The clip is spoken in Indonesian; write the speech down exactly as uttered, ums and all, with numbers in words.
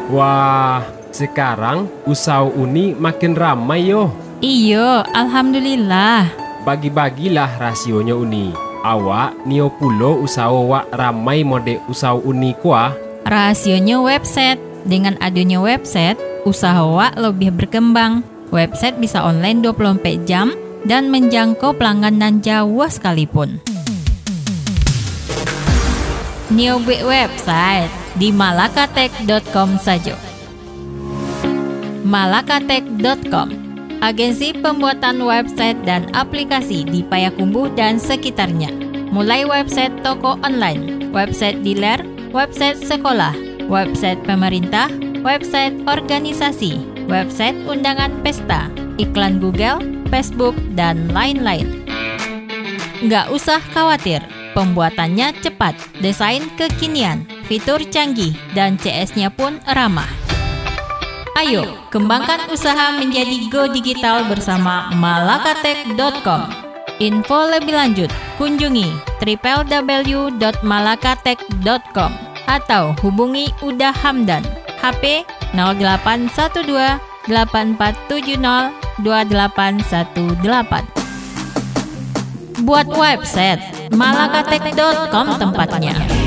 Wah, sekarang usaha uni makin ramai yo. Iyo, alhamdulillah. Bagi-bagilah rasionya uni. Awak nio pulo usaha wak ramai mode usaha uni kuah. Rahasionya website. Dengan adanya website, usaha wak lebih berkembang. Website bisa online dua puluh empat jam dan menjangkau pelanggan nan jauh sekalipun. Newbie website di malakatek dot com saja. malakatek dot com, agensi pembuatan website dan aplikasi di Payakumbuh dan sekitarnya. Mulai website toko online, website dealer, website sekolah, website pemerintah, website organisasi, website undangan pesta, iklan Google, Facebook, dan lain-lain. Nggak usah khawatir. Pembuatannya cepat, desain kekinian, fitur canggih, dan C S-nya pun ramah. Ayo, kembangkan usaha menjadi go digital bersama malakatek dot com. Info lebih lanjut, kunjungi w w w dot malakatek dot com atau hubungi Uda Hamdan, H P nol delapan satu dua delapan empat tujuh nol dua delapan satu delapan. Buat website malakatek dot com tempatnya.